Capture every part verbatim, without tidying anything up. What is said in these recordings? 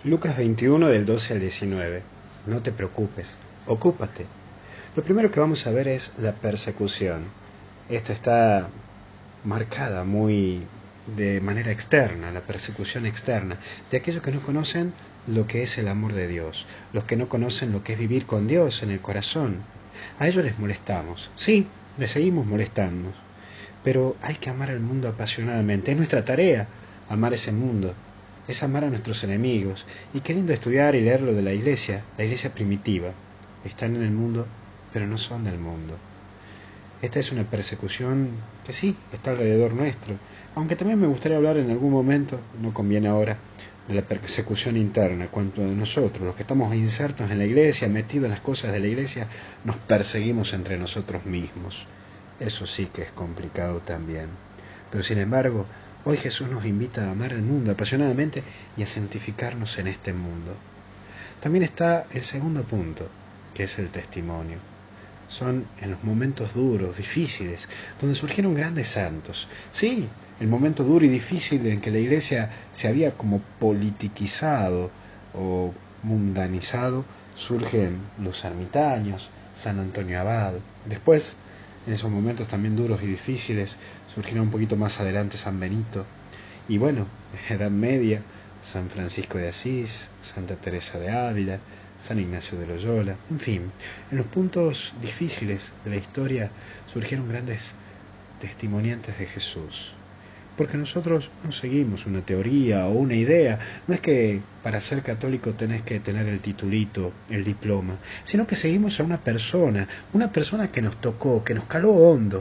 Lucas veintiuno del doce al diecinueve. No te preocupes, ocúpate. Lo primero que vamos a ver es la persecución. Esta está marcada muy de manera externa, la persecución externa, de aquellos que no conocen lo que es el amor de Dios, los que no conocen lo que es vivir con Dios en el corazón. A ellos les molestamos, sí, les seguimos molestando, pero hay que amar al mundo apasionadamente. Es nuestra tarea amar ese mundo, es amar a nuestros enemigos. Y qué lindo estudiar y leer lo de la iglesia, la iglesia primitiva. Están en el mundo, pero no son del mundo. Esta es una persecución que sí, está alrededor nuestro, aunque también me gustaría hablar en algún momento, no conviene ahora, de la persecución interna, cuando nosotros, los que estamos insertos en la iglesia, metidos en las cosas de la iglesia, nos perseguimos entre nosotros mismos. Eso sí que es complicado también. Pero sin embargo, hoy Jesús nos invita a amar el mundo apasionadamente y a santificarnos en este mundo. También está el segundo punto, que es el testimonio. Son en los momentos duros, difíciles, donde surgieron grandes santos. Sí, el momento duro y difícil en que la iglesia se había como politiquizado o mundanizado, surgen los ermitaños, San Antonio Abad. Después, en esos momentos también duros y difíciles, surgirá un poquito más adelante San Benito. Y bueno, en Edad Media, San Francisco de Asís, Santa Teresa de Ávila, San Ignacio de Loyola, en fin, en los puntos difíciles de la historia surgieron grandes testimoniantes de Jesús. Porque nosotros no seguimos una teoría o una idea, no es que para ser católico tenés que tener el titulito, el diploma, sino que seguimos a una persona, una persona que nos tocó, que nos caló hondo.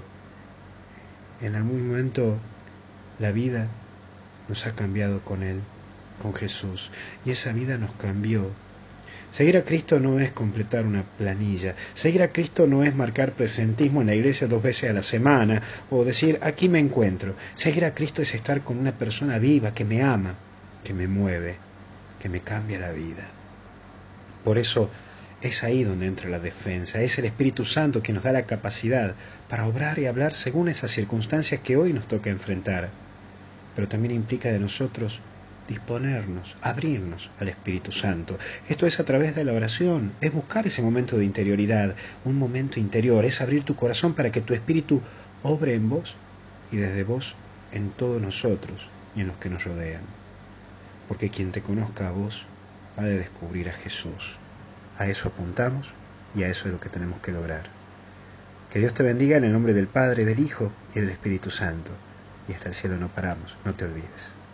En algún momento la vida nos ha cambiado con Él, con Jesús, y esa vida nos cambió. Seguir a Cristo no es completar una planilla. Seguir a Cristo no es marcar presentismo en la iglesia dos veces a la semana o decir, aquí me encuentro. Seguir a Cristo es estar con una persona viva que me ama, que me mueve, que me cambia la vida. Por eso es ahí donde entra la defensa. Es el Espíritu Santo que nos da la capacidad para obrar y hablar según esas circunstancias que hoy nos toca enfrentar. Pero también implica de nosotros disponernos, abrirnos al Espíritu Santo. Esto es a través de la oración, es buscar ese momento de interioridad, un momento interior, es abrir tu corazón para que tu Espíritu obre en vos y desde vos en todos nosotros y en los que nos rodean. Porque quien te conozca a vos ha de descubrir a Jesús. A eso apuntamos y a eso es lo que tenemos que lograr. Que Dios te bendiga en el nombre del Padre, del Hijo y del Espíritu Santo. Y hasta el cielo no paramos, no te olvides.